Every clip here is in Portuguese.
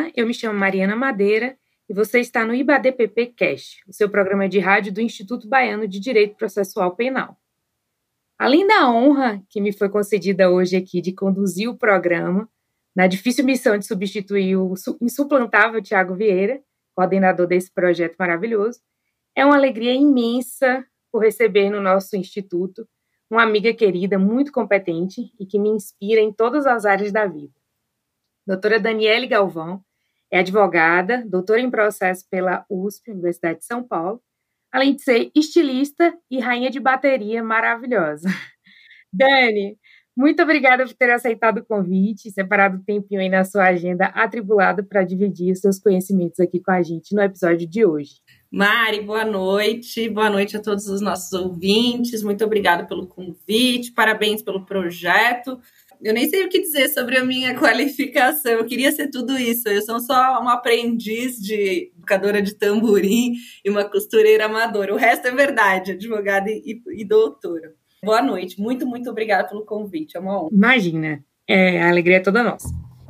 Olá, eu me chamo Mariana Madeira e você está no IBADPP Cast, o seu programa de rádio do Instituto Baiano de Direito Processual Penal. Além da honra que me foi concedida hoje aqui de conduzir o programa, na difícil missão de substituir o insuplantável Tiago Vieira, coordenador desse projeto maravilhoso, é uma alegria imensa por receber no nosso instituto uma amiga querida, muito competente e que me inspira em todas as áreas da vida. Doutora Daniele Galvão é advogada, doutora em processo pela USP, Universidade de São Paulo, além de ser estilista e rainha de bateria maravilhosa. Dani, muito obrigada por ter aceitado o convite, separado um tempinho aí na sua agenda atribulada para dividir os seus conhecimentos aqui com a gente no episódio de hoje. Mari, boa noite a todos os nossos ouvintes, muito obrigada pelo convite, parabéns pelo projeto. Eu nem sei o que dizer sobre a minha qualificação, eu queria ser tudo isso, eu sou só uma aprendiz de educadora de tamborim e uma costureira amadora, o resto é verdade, advogada e doutora. Boa noite, muito obrigada pelo convite, é uma honra. Imagina, a alegria é toda nossa.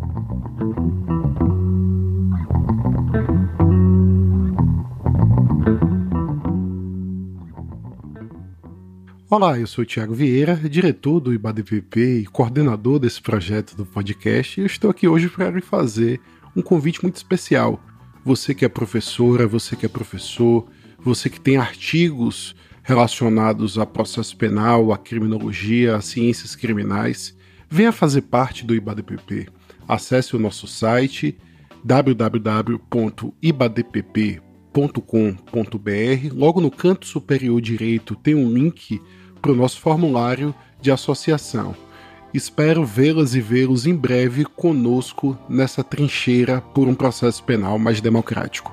Olá, eu sou o Tiago Vieira, diretor do IBADPP e coordenador desse projeto do podcast, e eu estou aqui hoje para lhe fazer um convite muito especial. Você que é professora, você que é professor, você que tem artigos relacionados a processo penal, a criminologia, a ciências criminais, venha fazer parte do IBADPP. Acesse o nosso site www.ibadpp.com.br. Logo no canto superior direito tem um link para o nosso formulário de associação. Espero vê-las e vê-los em breve conosco nessa trincheira por um processo penal mais democrático.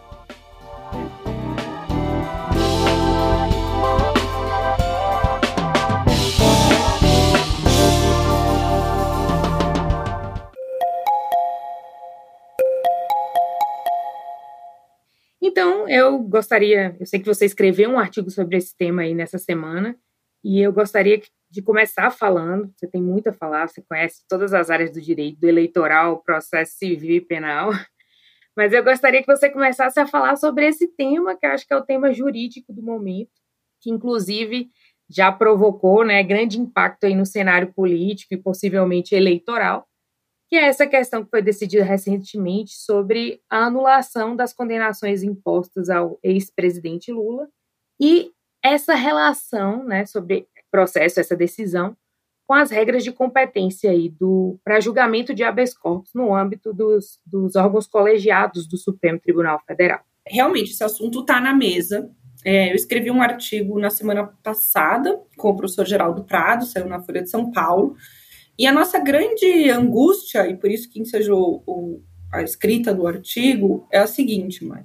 Então, eu sei que você escreveu um artigo sobre esse tema aí nessa semana, e eu gostaria de começar falando, você tem muito a falar, você conhece todas as áreas do direito, do eleitoral, processo civil e penal, mas eu gostaria que você começasse a falar sobre esse tema, que eu acho que é o tema jurídico do momento, que inclusive já provocou, né, grande impacto aí no cenário político e possivelmente eleitoral, que é essa questão que foi decidida recentemente sobre a anulação das condenações impostas ao ex-presidente Lula e essa relação, né, sobre o processo, essa decisão, com as regras de competência para julgamento de habeas corpus no âmbito dos órgãos colegiados do Supremo Tribunal Federal. Realmente, esse assunto está na mesa. Eu escrevi um artigo na semana passada com o professor Geraldo Prado, saiu na Folha de São Paulo. E a nossa grande angústia, e por isso que ensejou a escrita do artigo, é a seguinte, mãe.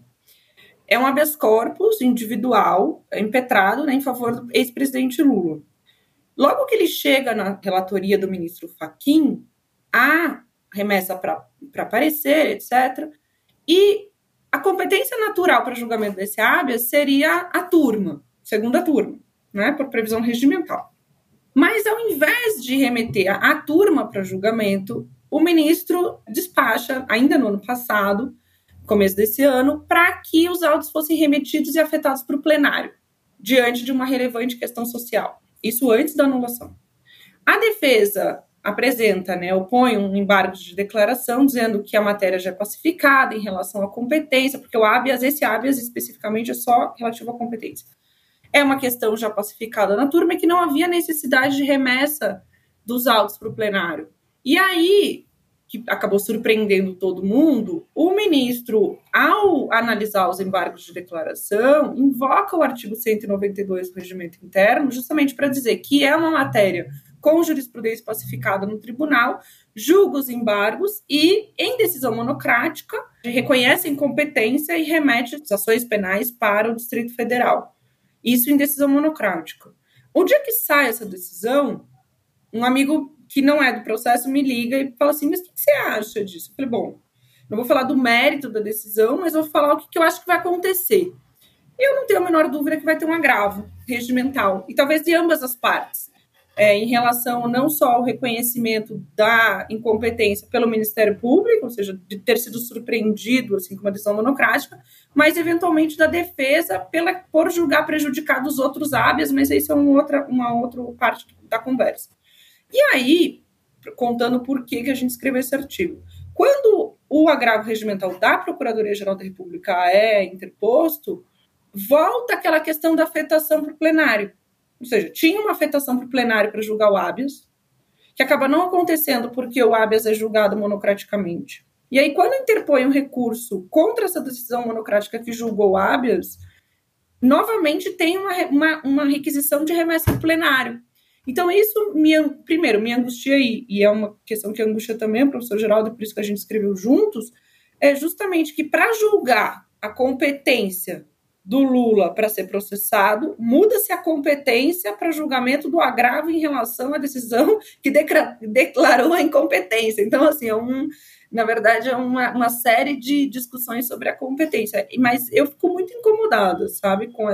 É um habeas corpus individual, impetrado, né, em favor do ex-presidente Lula. Logo que ele chega na relatoria do ministro Fachin, há remessa para parecer, etc. E a competência natural para julgamento desse habeas seria a turma, segunda turma, né, por previsão regimental. Mas, ao invés de remeter a turma para julgamento, o ministro despacha, ainda no ano passado, começo desse ano, para que os autos fossem remetidos e afetados para o plenário, diante de uma relevante questão social. Isso antes da anulação. A defesa apresenta, opõe um embargo de declaração, dizendo que a matéria já é pacificada em relação à competência, porque esse habeas especificamente é só relativo à competência. É uma questão já pacificada na turma, que não havia necessidade de remessa dos autos para o plenário. E aí, que acabou surpreendendo todo mundo, o ministro, ao analisar os embargos de declaração, invoca o artigo 192 do Regimento Interno, justamente para dizer que é uma matéria com jurisprudência pacificada no tribunal, julga os embargos e, em decisão monocrática, reconhece a incompetência e remete as ações penais para o Distrito Federal. Isso em decisão monocrática. O dia que sai essa decisão, um amigo que não é do processo me liga e fala assim, mas o que você acha disso? Eu falei, bom, não vou falar do mérito da decisão, mas vou falar o que eu acho que vai acontecer. Eu não tenho a menor dúvida que vai ter um agravo regimental, e talvez de ambas as partes. em relação não só ao reconhecimento da incompetência pelo Ministério Público, ou seja, de ter sido surpreendido assim, com uma decisão monocrática, mas eventualmente da defesa por julgar prejudicado os outros habeas, mas isso é uma outra parte da conversa. E aí, contando por que a gente escreveu esse artigo. Quando o agravo regimental da Procuradoria-Geral da República é interposto, volta aquela questão da afetação para o plenário. Ou seja, tinha uma afetação para o plenário para julgar o habeas, que acaba não acontecendo porque o habeas é julgado monocraticamente. E aí, quando interpõe um recurso contra essa decisão monocrática que julgou o habeas, novamente tem uma requisição de remessa para o plenário. Então, isso, primeiro, me angustia aí, e é uma questão que angustia também o professor Geraldo, por isso que a gente escreveu juntos, é justamente que para julgar a competência do Lula para ser processado, muda-se a competência para julgamento do agravo em relação à decisão que declarou a incompetência. Então, assim, na verdade, é uma série de discussões sobre a competência. Mas eu fico muito incomodada, sabe, com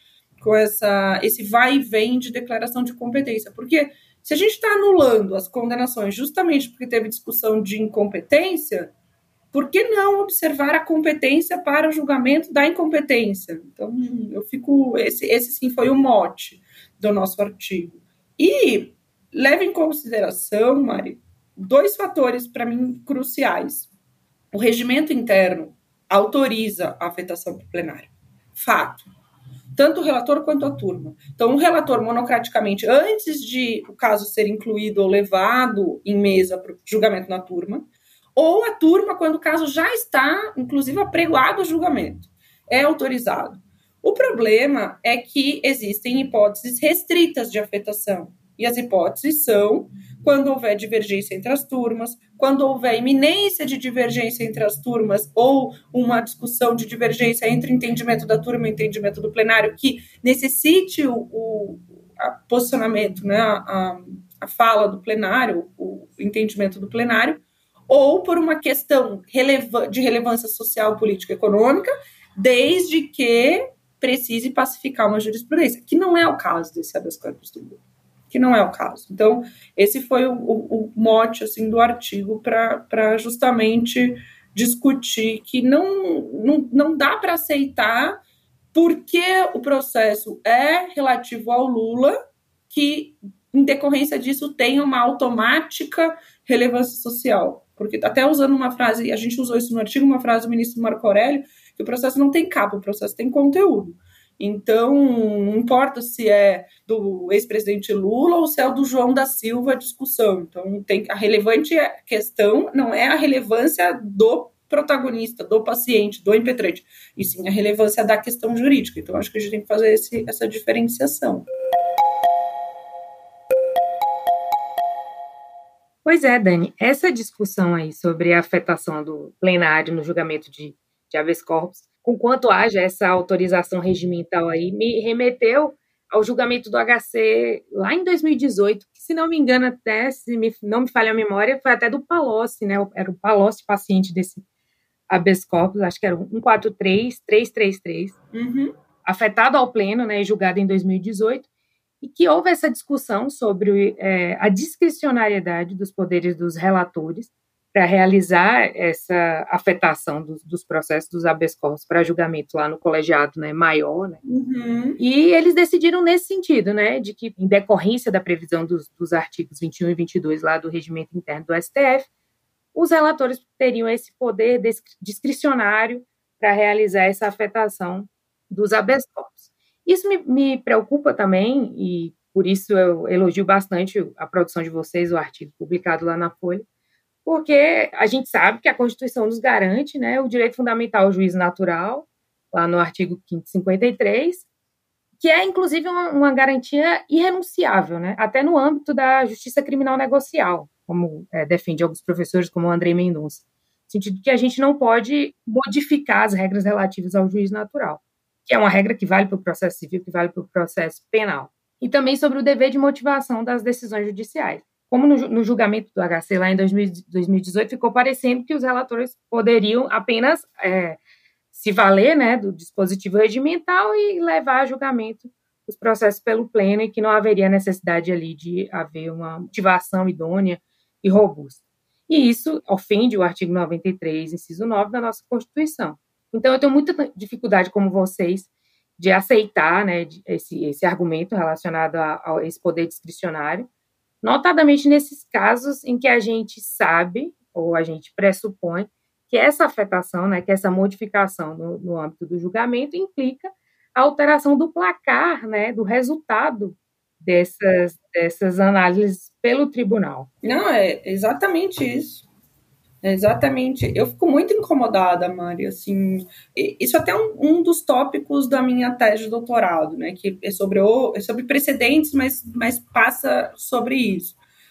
esse vai e vem de declaração de competência. Porque se a gente está anulando as condenações justamente porque teve discussão de incompetência, por que não observar a competência para o julgamento da incompetência? Então, esse sim foi o mote do nosso artigo. E leve em consideração, Mari, 2 fatores, para mim, cruciais. O regimento interno autoriza a afetação para o plenário. Fato. Tanto o relator quanto a turma. Então, o relator, monocraticamente, antes de o caso ser incluído ou levado em mesa para o julgamento na turma, ou a turma, quando o caso já está, inclusive, apregoado ao julgamento. É autorizado. O problema é que existem hipóteses restritas de afetação. E as hipóteses são quando houver divergência entre as turmas, quando houver iminência de divergência entre as turmas ou uma discussão de divergência entre entendimento da turma e entendimento do plenário que necessite o posicionamento, né, a fala do plenário, o entendimento do plenário, ou por uma questão de relevância social, política e econômica, desde que precise pacificar uma jurisprudência, que não é o caso desse habeas corpus do Lula, que não é o caso. Então, esse foi o mote assim, do artigo para justamente discutir que não dá para aceitar porque o processo é relativo ao Lula, que, em decorrência disso, tem uma automática relevância social. Porque até usando uma frase, a gente usou isso no artigo, uma frase do ministro Marco Aurélio, que o processo não tem capa, o processo tem conteúdo. Então, não importa se é do ex-presidente Lula ou se é do João da Silva a discussão. Então, a relevante questão não é a relevância do protagonista, do paciente, do impetrante, e sim a relevância da questão jurídica. Então, acho que a gente tem que fazer essa diferenciação. Pois é, Dani, essa discussão aí sobre a afetação do plenário no julgamento de habeas corpus, conquanto haja essa autorização regimental aí, me remeteu ao julgamento do HC lá em 2018, que, se não me engano, até, não me falha a memória, foi até do Palocci, né? Era o Palocci paciente desse habeas corpus, acho que era 143333, afetado ao pleno, né, julgado em 2018, e que houve essa discussão sobre a discricionariedade dos poderes dos relatores para realizar essa afetação dos processos dos habeas corpus para julgamento lá no colegiado, né, maior. Né? E eles decidiram nesse sentido, né, de que, em decorrência da previsão dos artigos 21 e 22 lá do regimento interno do STF, os relatores teriam esse poder discricionário para realizar essa afetação dos habeas corpus. Isso me preocupa também, e por isso eu elogio bastante a produção de vocês, o artigo publicado lá na Folha, porque a gente sabe que a Constituição nos garante, né, o direito fundamental ao juízo natural, lá no artigo 553, que é, inclusive, uma garantia irrenunciável, né, até no âmbito da justiça criminal negocial, como defende alguns professores, como o Andrei Mendonça, no sentido que a gente não pode modificar as regras relativas ao juízo natural, que é uma regra que vale para o processo civil, que vale para o processo penal. E também sobre o dever de motivação das decisões judiciais. Como no julgamento do HC lá em 2018, ficou parecendo que os relatores poderiam apenas se valer, né, do dispositivo regimental e levar a julgamento os processos pelo Pleno e que não haveria necessidade ali de haver uma motivação idônea e robusta. E isso ofende o artigo 93, inciso 9 da nossa Constituição. Então, eu tenho muita dificuldade, como vocês, de aceitar, né, esse argumento relacionado a esse poder discricionário, notadamente nesses casos em que a gente sabe, ou a gente pressupõe, que essa afetação, né, que essa modificação no âmbito do julgamento implica a alteração do placar, né, do resultado dessas análises pelo tribunal. Não, é exatamente isso. É exatamente. Eu fico muito incomodada, Mari, assim, isso até é um dos tópicos da minha tese de doutorado, né, que é sobre precedentes, mas passa sobre isso.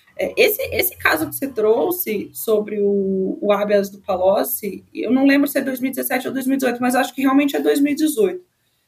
Esse caso que você trouxe sobre o habeas do Palocci, eu não lembro se é 2017 ou 2018, mas acho que realmente é 2018.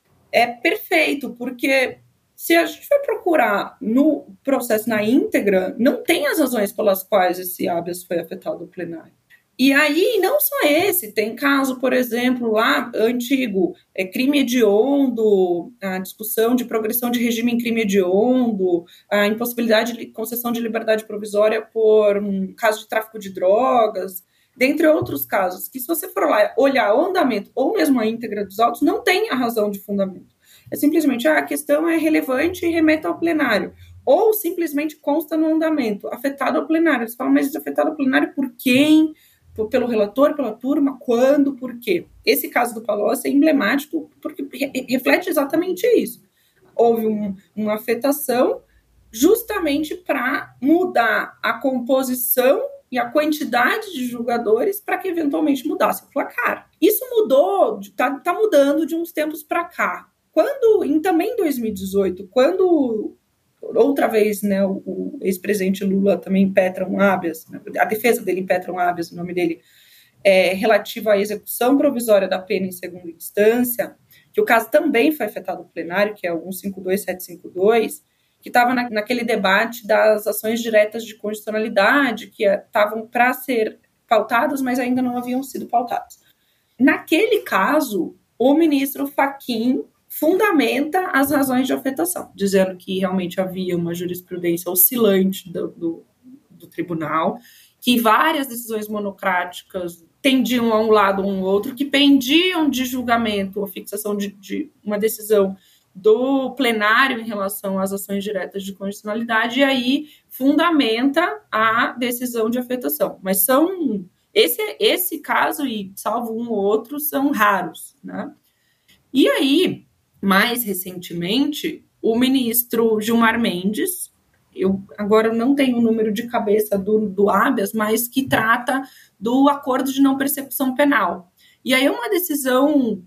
É perfeito, porque se a gente for procurar no processo na íntegra, não tem as razões pelas quais esse habeas foi afetado no plenário. E aí, não só esse, tem caso, por exemplo, lá, antigo, crime hediondo, a discussão de progressão de regime em crime hediondo, a impossibilidade de concessão de liberdade provisória por um caso de tráfico de drogas, dentre outros casos, que se você for lá olhar o andamento ou mesmo a íntegra dos autos, não tem a razão de fundamento. É simplesmente, a questão é relevante e remeta ao plenário. Ou simplesmente consta no andamento, afetado ao plenário. Você fala, mas afetado ao plenário por quem? Pelo relator, pela turma, quando, por quê? Esse caso do Palocci é emblemático porque reflete exatamente isso. Houve uma afetação justamente para mudar a composição e a quantidade de julgadores para que eventualmente mudasse o placar. Isso mudou, está mudando de uns tempos para cá. Também em 2018, quando outra vez, né, o ex-presidente Lula também impetra um habeas, né, a defesa dele impetra um habeas, o nome dele é relativo à execução provisória da pena em segunda instância, que o caso também foi afetado no plenário, que é o 152752, que estava naquele debate das ações diretas de condicionalidade, que estavam para ser pautadas, mas ainda não haviam sido pautadas. Naquele caso, o ministro Fachin fundamenta as razões de afetação, dizendo que realmente havia uma jurisprudência oscilante do tribunal, que várias decisões monocráticas tendiam a um lado ou a um outro, que pendiam de julgamento ou fixação de uma decisão do plenário em relação às ações diretas de condicionalidade, e aí fundamenta a decisão de afetação. Mas esse caso, e salvo um ou outro, são raros, né? E aí, mais recentemente, o ministro Gilmar Mendes, eu agora não tenho o número de cabeça do habeas, mas que trata do acordo de não persecução penal. E aí é uma decisão,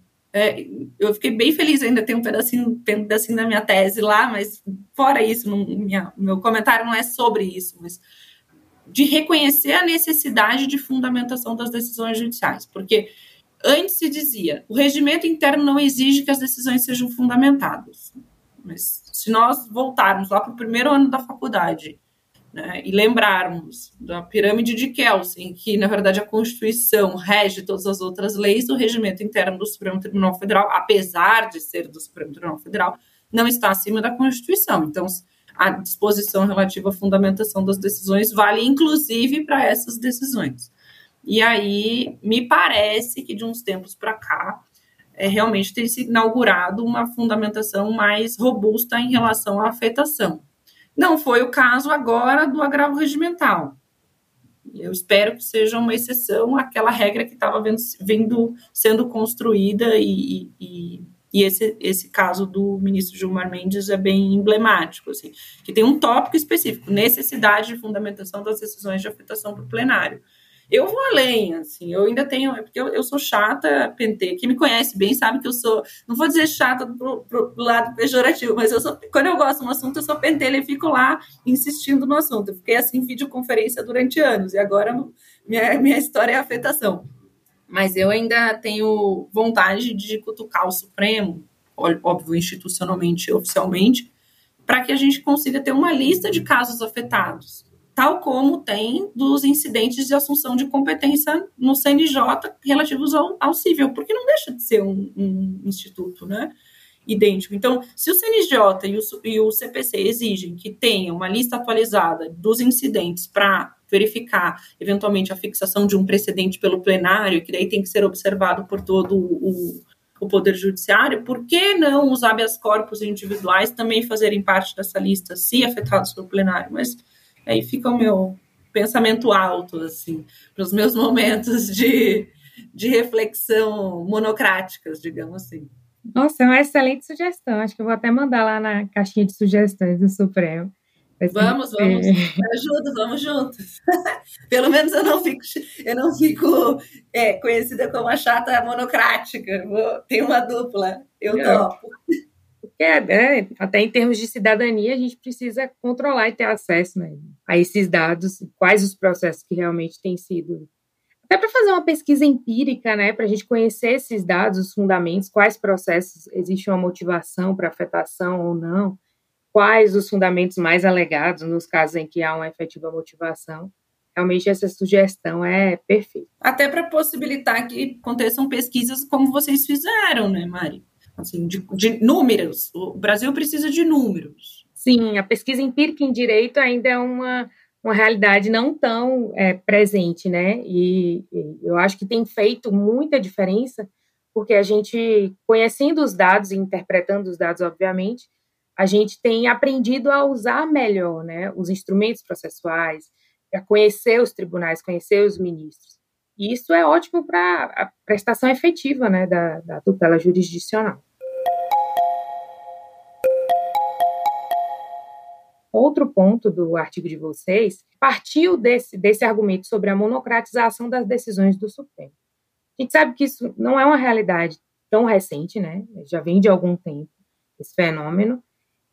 eu fiquei bem feliz, ainda tem um pedacinho da minha tese lá, mas fora isso, meu comentário não é sobre isso, mas de reconhecer a necessidade de fundamentação das decisões judiciais, porque antes se dizia, o regimento interno não exige que as decisões sejam fundamentadas. Mas se nós voltarmos lá para o primeiro ano da faculdade, né, e lembrarmos da pirâmide de Kelsen, que, na verdade, a Constituição rege todas as outras leis, o regimento interno do Supremo Tribunal Federal, apesar de ser do Supremo Tribunal Federal, não está acima da Constituição. Então, a disposição relativa à fundamentação das decisões vale, inclusive, para essas decisões. E aí, me parece que de uns tempos para cá, realmente tem se inaugurado uma fundamentação mais robusta em relação à afetação. Não foi o caso agora do agravo regimental. Eu espero que seja uma exceção àquela regra que estava sendo construída e esse caso do ministro Gilmar Mendes é bem emblemático, assim, que tem um tópico específico, necessidade de fundamentação das decisões de afetação para o plenário. Eu vou além, assim, eu ainda tenho, porque eu sou chata, pentê, quem me conhece bem sabe que eu sou, não vou dizer chata pro lado pejorativo, mas quando eu gosto de um assunto, eu sou pentelha e fico lá insistindo no assunto. Eu fiquei assim em videoconferência durante anos, e agora minha história é a afetação. Mas eu ainda tenho vontade de cutucar o Supremo, óbvio, institucionalmente e oficialmente, para que a gente consiga ter uma lista de casos afetados, tal como tem dos incidentes de assunção de competência no CNJ relativos ao cível, porque não deixa de ser um instituto, né? idêntico. Então, se o CNJ e o CPC exigem que tenha uma lista atualizada dos incidentes para verificar, eventualmente, a fixação de um precedente pelo plenário, que daí tem que ser observado por todo o Poder Judiciário, por que não os habeas corpus individuais também fazerem parte dessa lista, se afetados pelo plenário? Mas aí fica o meu pensamento alto, assim, para os meus momentos de reflexão monocráticas, digamos assim. Nossa, é uma excelente sugestão. Acho que eu vou até mandar lá na caixinha de sugestões do Supremo. Vamos juntos. Pelo menos eu não fico conhecida como a chata monocrática. Tem uma dupla, eu topo. Porque, até em termos de cidadania, a gente precisa controlar e ter acesso, né, a esses dados, quais os processos que realmente têm sido... Até para fazer uma pesquisa empírica, né, para a gente conhecer esses dados, os fundamentos, quais processos existe uma motivação para afetação ou não, quais os fundamentos mais alegados nos casos em que há uma efetiva motivação. Realmente essa sugestão é perfeita. Até para possibilitar que aconteçam pesquisas como vocês fizeram, né, Mari? Assim, de números. O Brasil precisa de números. Sim, a pesquisa empírica em direito ainda é uma realidade não tão presente, né? E eu acho que tem feito muita diferença, porque a gente, conhecendo os dados e interpretando os dados, obviamente, a gente tem aprendido a usar melhor, né, os instrumentos processuais, a conhecer os tribunais, conhecer os ministros. E isso é ótimo para a prestação efetiva, né, da tutela jurisdicional. Outro ponto do artigo de vocês partiu desse argumento sobre a monocratização das decisões do Supremo. A gente sabe que isso não é uma realidade tão recente, né? Já vem de algum tempo esse fenômeno.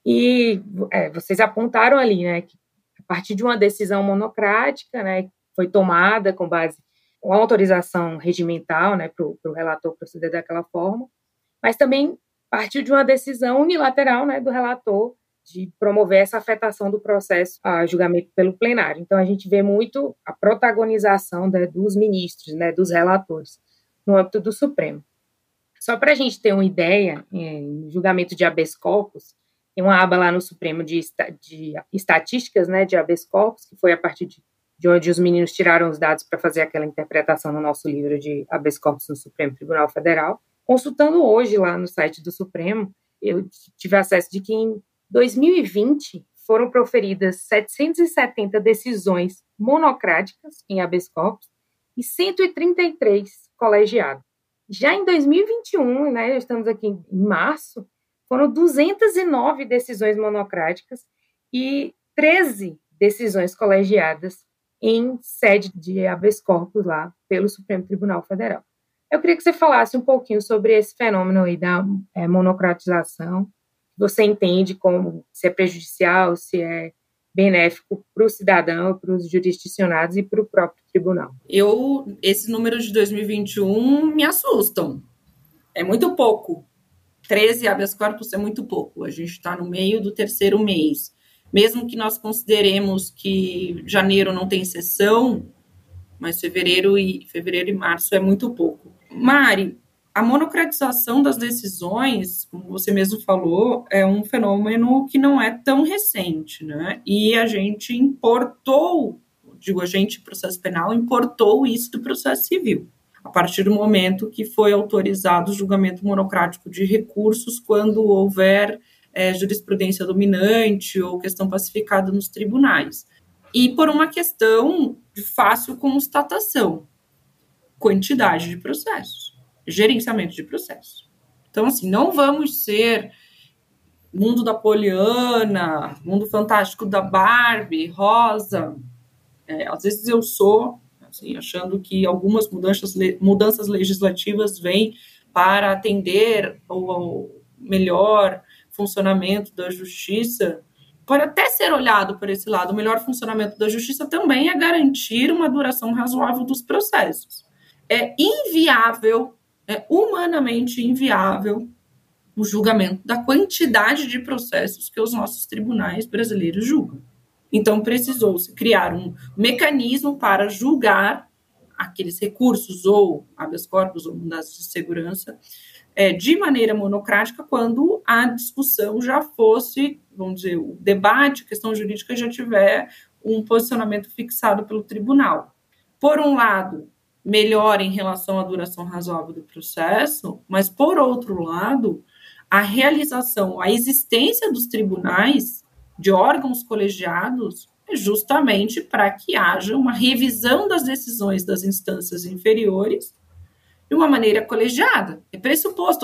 E vocês apontaram ali, né, que a partir de uma decisão monocrática, né, que foi tomada com base com autorização regimental, né, para o relator proceder daquela forma, mas também partiu de uma decisão unilateral, né, do relator de promover essa afetação do processo a julgamento pelo plenário. Então, a gente vê muito a protagonização, né, dos ministros, né, dos relatores, no âmbito do Supremo. Só para a gente ter uma ideia, no julgamento de habeas corpus, tem uma aba lá no Supremo de estatísticas, né, de habeas corpus, que foi a partir de onde os meninos tiraram os dados para fazer aquela interpretação no nosso livro de habeas corpus no Supremo Tribunal Federal. Consultando hoje lá no site do Supremo, eu tive acesso de que em 2020 foram proferidas 770 decisões monocráticas em habeas corpus e 133 colegiadas. Já em 2021, né, estamos aqui em março, foram 209 decisões monocráticas e 13 decisões colegiadas em sede de habeas corpus lá pelo Supremo Tribunal Federal. Eu queria que você falasse um pouquinho sobre esse fenômeno aí da monocratização. Você entende como se é prejudicial, se é benéfico para o cidadão, para os jurisdicionados e para o próprio tribunal? Esse número de 2021 me assustam. É muito pouco. 13 habeas corpus é muito pouco. A gente está no meio do terceiro mês. Mesmo que nós consideremos que janeiro não tem sessão, mas fevereiro e março é muito pouco. Mari, a monocratização das decisões, como você mesmo falou, é um fenômeno que não é tão recente, né? E a gente processo penal, importou isso do processo civil, a partir do momento que foi autorizado o julgamento monocrático de recursos quando houver jurisprudência dominante ou questão pacificada nos tribunais. E por uma questão de fácil constatação, quantidade de processos, gerenciamento de processos. Então, assim, não vamos ser mundo da Poliana, mundo fantástico da Barbie, rosa. Às vezes eu sou, assim, achando que algumas mudanças legislativas vêm para atender ao melhor funcionamento da justiça. Pode até ser olhado por esse lado. O melhor funcionamento da justiça também é garantir uma duração razoável dos processos. É inviável, é humanamente inviável o julgamento da quantidade de processos que os nossos tribunais brasileiros julgam. Então, precisou-se criar um mecanismo para julgar aqueles recursos ou habeas corpus ou mudanças de segurança de maneira monocrática quando a discussão já fosse, vamos dizer, o debate, a questão jurídica já tiver um posicionamento fixado pelo tribunal. Por um lado, melhor em relação à duração razoável do processo, mas, por outro lado, a realização, a existência dos tribunais, de órgãos colegiados, é justamente para que haja uma revisão das decisões das instâncias inferiores de uma maneira colegiada. É pressuposto,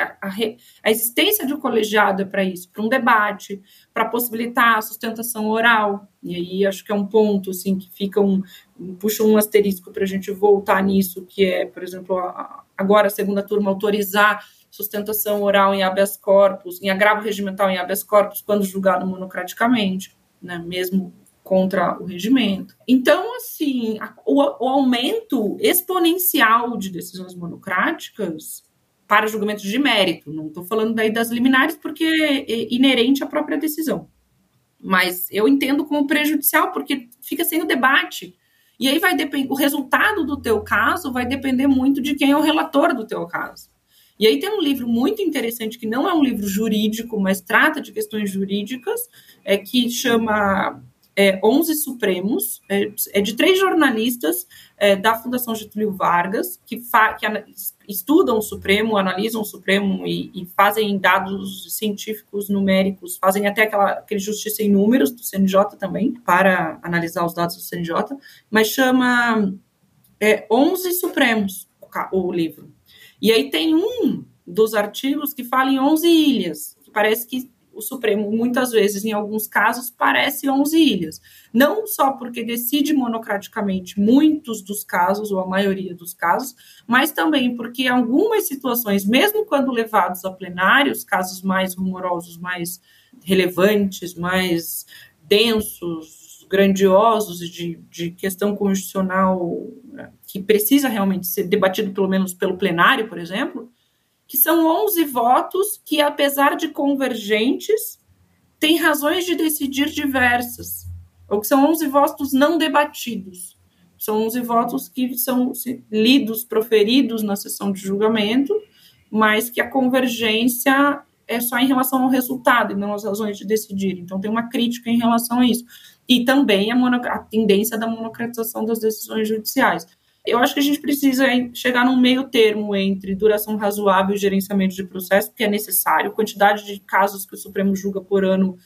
a existência de um colegiado é para isso, para um debate, para possibilitar a sustentação oral. E aí acho que é um ponto assim, que fica puxa um asterisco para a gente voltar nisso, que é, por exemplo, agora a segunda turma autorizar sustentação oral em habeas corpus, em agravo regimental em habeas corpus, quando julgado monocraticamente, né, mesmo contra o regimento. Então, assim, o aumento exponencial de decisões monocráticas para julgamentos de mérito, não estou falando daí das liminares, porque é inerente à própria decisão, mas eu entendo como prejudicial, porque fica sem o debate, e aí vai depender, o resultado do teu caso vai depender muito de quem é o relator do teu caso. E aí tem um livro muito interessante, que não é um livro jurídico, mas trata de questões jurídicas, que chama 11 Supremos, é de 3 jornalistas da Fundação Getúlio Vargas, que estudam o Supremo, analisam o Supremo e fazem dados científicos numéricos, fazem até aquele justiça em números do CNJ também, para analisar os dados do CNJ, mas chama 11 Supremos, o livro. E aí tem um dos artigos que fala em 11 ilhas, que parece que o Supremo, muitas vezes, em alguns casos, parece 11 ilhas. Não só porque decide monocraticamente muitos dos casos, ou a maioria dos casos, mas também porque em algumas situações, mesmo quando levados a plenários, casos mais rumorosos, mais relevantes, mais densos, grandiosos, de questão constitucional que precisa realmente ser debatido, pelo menos pelo plenário, por exemplo, que são 11 votos que, apesar de convergentes, têm razões de decidir diversas, ou que são 11 votos não debatidos. São 11 votos que são lidos, proferidos na sessão de julgamento, mas que a convergência é só em relação ao resultado e não às razões de decidir. Então, tem uma crítica em relação a isso. E também a tendência da monocratização das decisões judiciais. Eu acho que a gente precisa chegar num meio termo entre duração razoável e gerenciamento de processo, porque é necessário. A quantidade de casos que o Supremo julga por ano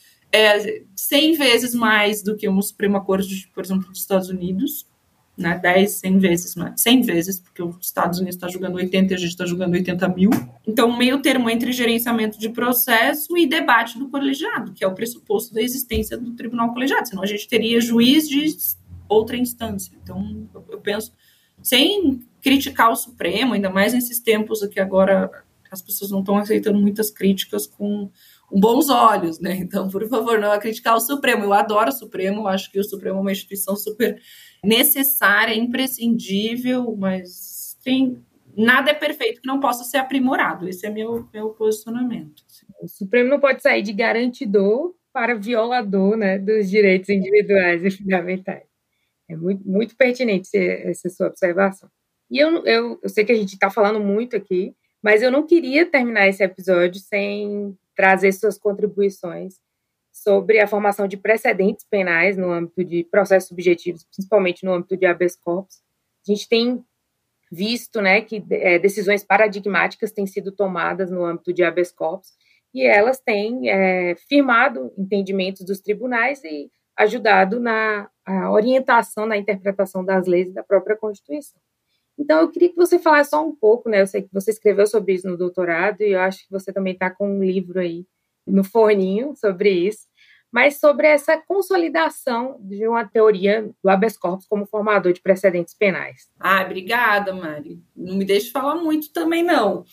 é 100 vezes mais do que um Supremo Acordo, por exemplo, dos Estados Unidos, né? 100 vezes mais. 100 vezes, porque os Estados Unidos está julgando 80 e a gente está julgando 80 mil. Então, um meio termo entre gerenciamento de processo e debate do colegiado, que é o pressuposto da existência do tribunal colegiado, senão a gente teria juiz de outra instância. Então, eu penso, sem criticar o Supremo, ainda mais nesses tempos aqui agora, as pessoas não estão aceitando muitas críticas com bons olhos, né? Então, por favor, não é criticar o Supremo. Eu adoro o Supremo, eu acho que o Supremo é uma instituição super necessária, imprescindível, mas nada é perfeito que não possa ser aprimorado. Esse é meu posicionamento. O Supremo não pode sair de garantidor para violador, né, dos direitos individuais e fundamentais. É muito, muito pertinente essa sua observação. E eu sei que a gente está falando muito aqui, mas eu não queria terminar esse episódio sem trazer suas contribuições sobre a formação de precedentes penais no âmbito de processos subjetivos, principalmente no âmbito de habeas corpus. A gente tem visto, né, que decisões paradigmáticas têm sido tomadas no âmbito de habeas corpus e elas têm firmado entendimentos dos tribunais e ajudado na orientação, na interpretação das leis e da própria Constituição. Então, eu queria que você falasse só um pouco, né? Eu sei que você escreveu sobre isso no doutorado e eu acho que você também está com um livro aí no forninho sobre isso, mas sobre essa consolidação de uma teoria do habeas corpus como formador de precedentes penais. Obrigada, Mari. Não me deixe falar muito também, não.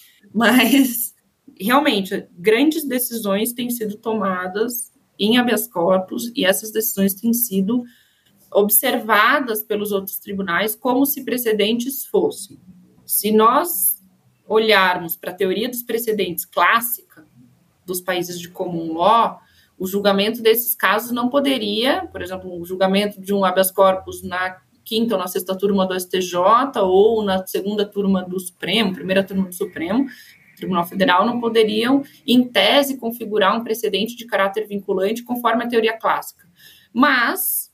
Mas, realmente, grandes decisões têm sido tomadas em habeas corpus e essas decisões têm sido observadas pelos outros tribunais como se precedentes fossem. Se nós olharmos para a teoria dos precedentes clássica dos países de common law, o julgamento desses casos não poderia, por exemplo, o julgamento de um habeas corpus na 5ª ou na 6ª turma do STJ ou na 2ª turma do Supremo, 1ª turma do Supremo, Tribunal Federal não poderiam, em tese, configurar um precedente de caráter vinculante conforme a teoria clássica. Mas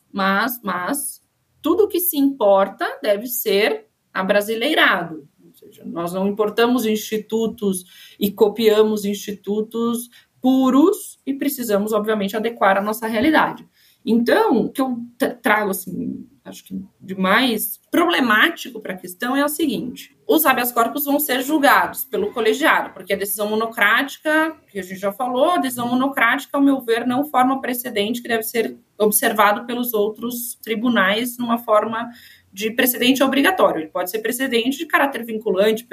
tudo que se importa deve ser abrasileirado. Ou seja, nós não importamos institutos e copiamos institutos puros e precisamos, obviamente, adequar a nossa realidade. Então, o que eu trago, assim, acho que de mais problemático para a questão é o seguinte: os habeas corpus vão ser julgados pelo colegiado, porque a decisão monocrática, que a gente já falou, a decisão monocrática, ao meu ver, não forma precedente que deve ser observado pelos outros tribunais numa forma de precedente obrigatório. Ele pode ser precedente de caráter vinculante,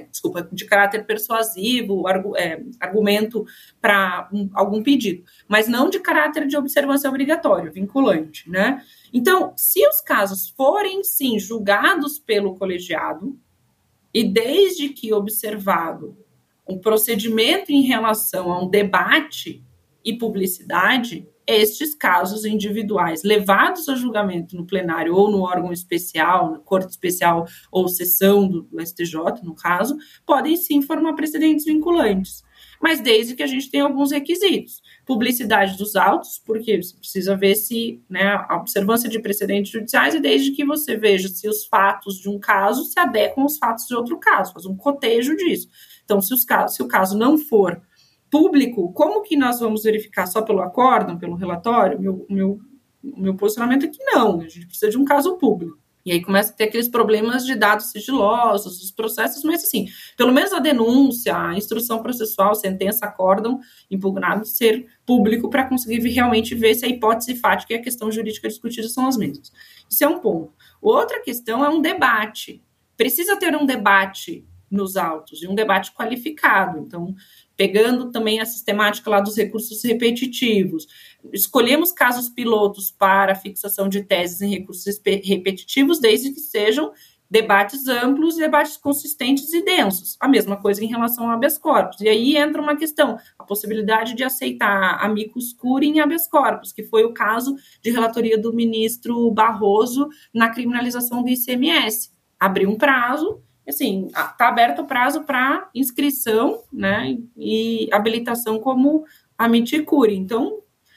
de caráter persuasivo, argumento para algum pedido, mas não de caráter de observância obrigatório, vinculante, né? Então, se os casos forem, sim, julgados pelo colegiado, e desde que observado um procedimento em relação a um debate e publicidade, estes casos individuais levados a julgamento no plenário ou no órgão especial, na corte especial ou sessão do STJ, no caso, podem sim formar precedentes vinculantes. Mas desde que a gente tenha alguns requisitos. Publicidade dos autos, porque você precisa ver se, né, a observância de precedentes judiciais, e desde que você veja se os fatos de um caso se adequam aos fatos de outro caso, faz um cotejo disso. Então, se o caso não for público, como que nós vamos verificar só pelo acórdão, pelo relatório? O meu posicionamento é que não, a gente precisa de um caso público. E aí começa a ter aqueles problemas de dados sigilosos, os processos, mas assim, pelo menos a denúncia, a instrução processual, sentença, acórdão, impugnado, ser público para conseguir realmente ver se a hipótese fática e a questão jurídica discutida são as mesmas. Isso é um ponto. Outra questão é um debate. Precisa ter um debate nos autos, e um debate qualificado. Então, pegando também a sistemática lá dos recursos repetitivos, escolhemos casos pilotos para fixação de teses em recursos repetitivos, desde que sejam debates amplos, debates consistentes e densos. A mesma coisa em relação ao habeas corpus. E aí entra uma questão, a possibilidade de aceitar amicus curiae em habeas corpus, que foi o caso de relatoria do ministro Barroso na criminalização do ICMS. Abriu um prazo, assim, está aberto o prazo para inscrição, né, e habilitação como amicus curiae. Então,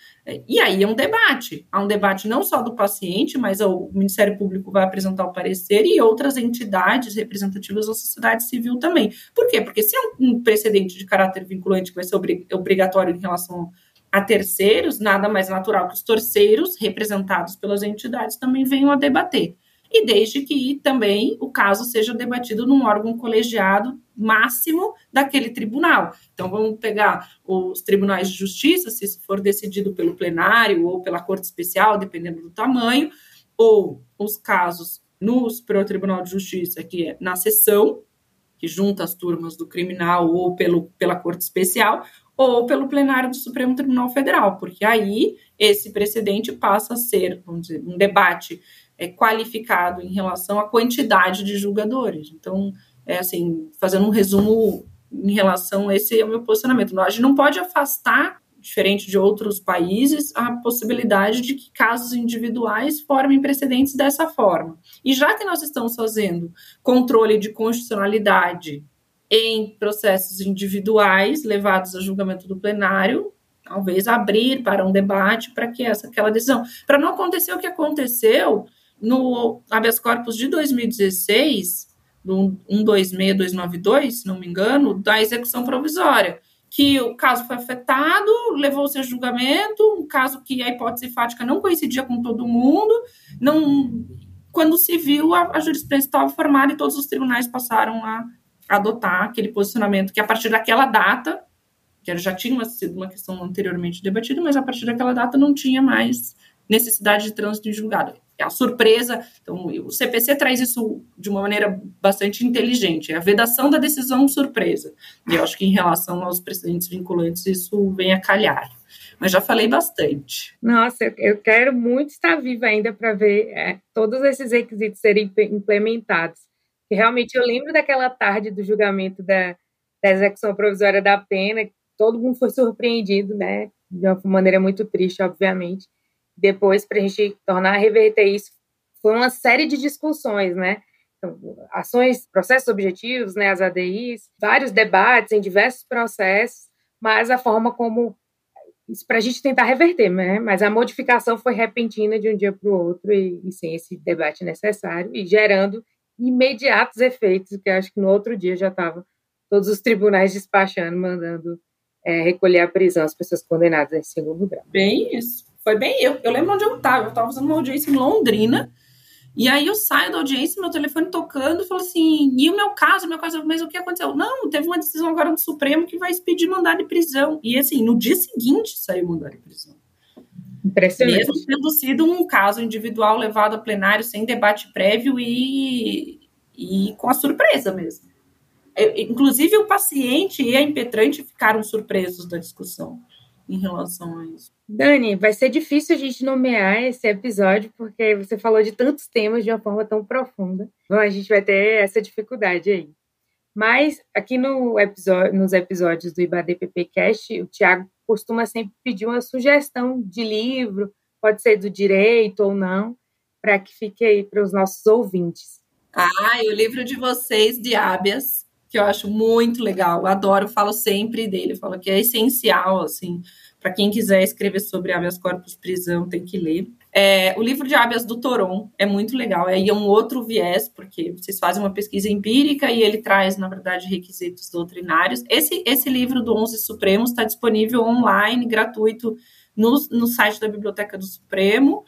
e aí é um debate. Há um debate não só do paciente, mas o Ministério Público vai apresentar o parecer e outras entidades representativas da sociedade civil também. Por quê? Porque se é um precedente de caráter vinculante que vai ser obrigatório em relação a terceiros, nada mais natural que os terceiros representados pelas entidades também venham a debater. E desde que também o caso seja debatido num órgão colegiado máximo daquele tribunal. Então, vamos pegar os tribunais de justiça, se isso for decidido pelo plenário ou pela corte especial, dependendo do tamanho, ou os casos no Superior Tribunal de Justiça, que é na sessão, que junta as turmas do criminal ou pela corte especial, ou pelo plenário do Supremo Tribunal Federal, porque aí esse precedente passa a ser, vamos dizer, um debate qualificado em relação à quantidade de julgadores. Então, assim, fazendo um resumo em relação a esse é o meu posicionamento. A gente não pode afastar, diferente de outros países, a possibilidade de que casos individuais formem precedentes dessa forma. E já que nós estamos fazendo controle de constitucionalidade em processos individuais levados a julgamento do plenário, talvez abrir para um debate para que aquela decisão, para não acontecer o que aconteceu no habeas corpus de 2016, do 126-292, se não me engano, da execução provisória, que o caso foi afetado, levou-se a julgamento, um caso que a hipótese fática não coincidia com todo mundo, quando se viu, a jurisprudência estava formada e todos os tribunais passaram a adotar aquele posicionamento que a partir daquela data, que já tinha sido uma questão anteriormente debatida, mas a partir daquela data não tinha mais necessidade de trânsito em julgado. A surpresa, então o CPC traz isso de uma maneira bastante inteligente, é a vedação da decisão surpresa. E eu acho que em relação aos precedentes vinculantes isso vem a calhar. Mas já falei bastante. Nossa, eu quero muito estar viva ainda para ver todos esses requisitos serem implementados. E realmente eu lembro daquela tarde do julgamento da execução provisória da pena, todo mundo foi surpreendido, né? De uma maneira muito triste, obviamente. Depois, para a gente tornar a reverter isso, foi uma série de discussões, né? ações, processos objetivos, né, as ADIs, vários debates em diversos processos, mas a forma como, isso para a gente tentar reverter, né, mas a modificação foi repentina de um dia para o outro e sem esse debate necessário e gerando imediatos efeitos, que eu acho que no outro dia já estavam todos os tribunais despachando, mandando recolher à prisão as pessoas condenadas em segundo grau. Bem isso. Foi bem, eu lembro onde eu estava fazendo uma audiência em Londrina, e aí eu saio da audiência, meu telefone tocando, e falo assim, e o meu caso, mas o que aconteceu? Não, teve uma decisão agora do Supremo que vai expedir mandado de prisão. E assim, no dia seguinte saiu mandado de prisão. Impressionante. Mesmo tendo sido um caso individual levado a plenário sem debate prévio e com a surpresa mesmo. Inclusive o paciente e a impetrante ficaram surpresos da discussão em relação a isso. Dani, vai ser difícil a gente nomear esse episódio, porque você falou de tantos temas de uma forma tão profunda. Então, a gente vai ter essa dificuldade aí. Mas, aqui nos episódios do IBADPP Cast, o Tiago costuma sempre pedir uma sugestão de livro, pode ser do direito ou não, para que fique aí para os nossos ouvintes. E o livro de vocês, de Habeas, que eu acho muito legal, eu adoro, falo sempre dele, falo que é essencial, assim, para quem quiser escrever sobre habeas corpus prisão, tem que ler. O livro de Habeas do Toron é muito legal, é um outro viés, porque vocês fazem uma pesquisa empírica e ele traz, na verdade, requisitos doutrinários. Esse livro do 11 Supremos está disponível online, gratuito, no site da Biblioteca do Supremo.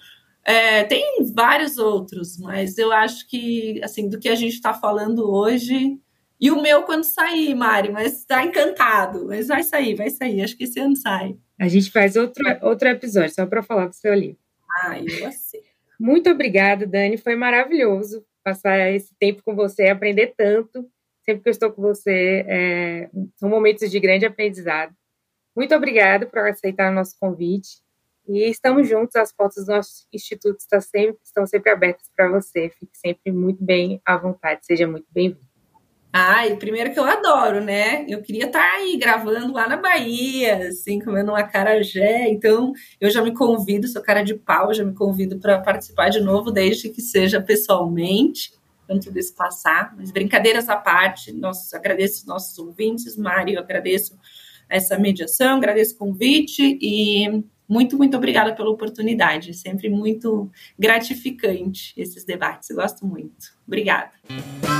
Tem vários outros, mas eu acho que, assim, do que a gente está falando hoje... E o meu quando sair, Mari, mas está encantado. Mas vai sair. Acho que esse ano sai. A gente faz outro episódio, só para falar do seu livro. Eu aceito. Muito obrigada, Dani. Foi maravilhoso passar esse tempo com você, aprender tanto. Sempre que eu estou com você, são momentos de grande aprendizado. Muito obrigada por aceitar o nosso convite. E estamos juntos, as portas do nosso instituto estão sempre abertas para você. Fique sempre muito bem à vontade, seja muito bem-vindo. Primeiro que eu adoro, né? Eu queria estar aí gravando lá na Bahia, assim, comendo um acarajé. Então, eu já me convido, sou cara de pau, já me convido para participar de novo, desde que seja pessoalmente, quando tudo isso passar. Mas brincadeiras à parte, agradeço os nossos ouvintes, Mari, eu agradeço essa mediação, agradeço o convite e muito, muito obrigada pela oportunidade. Sempre muito gratificante esses debates, eu gosto muito. Obrigada.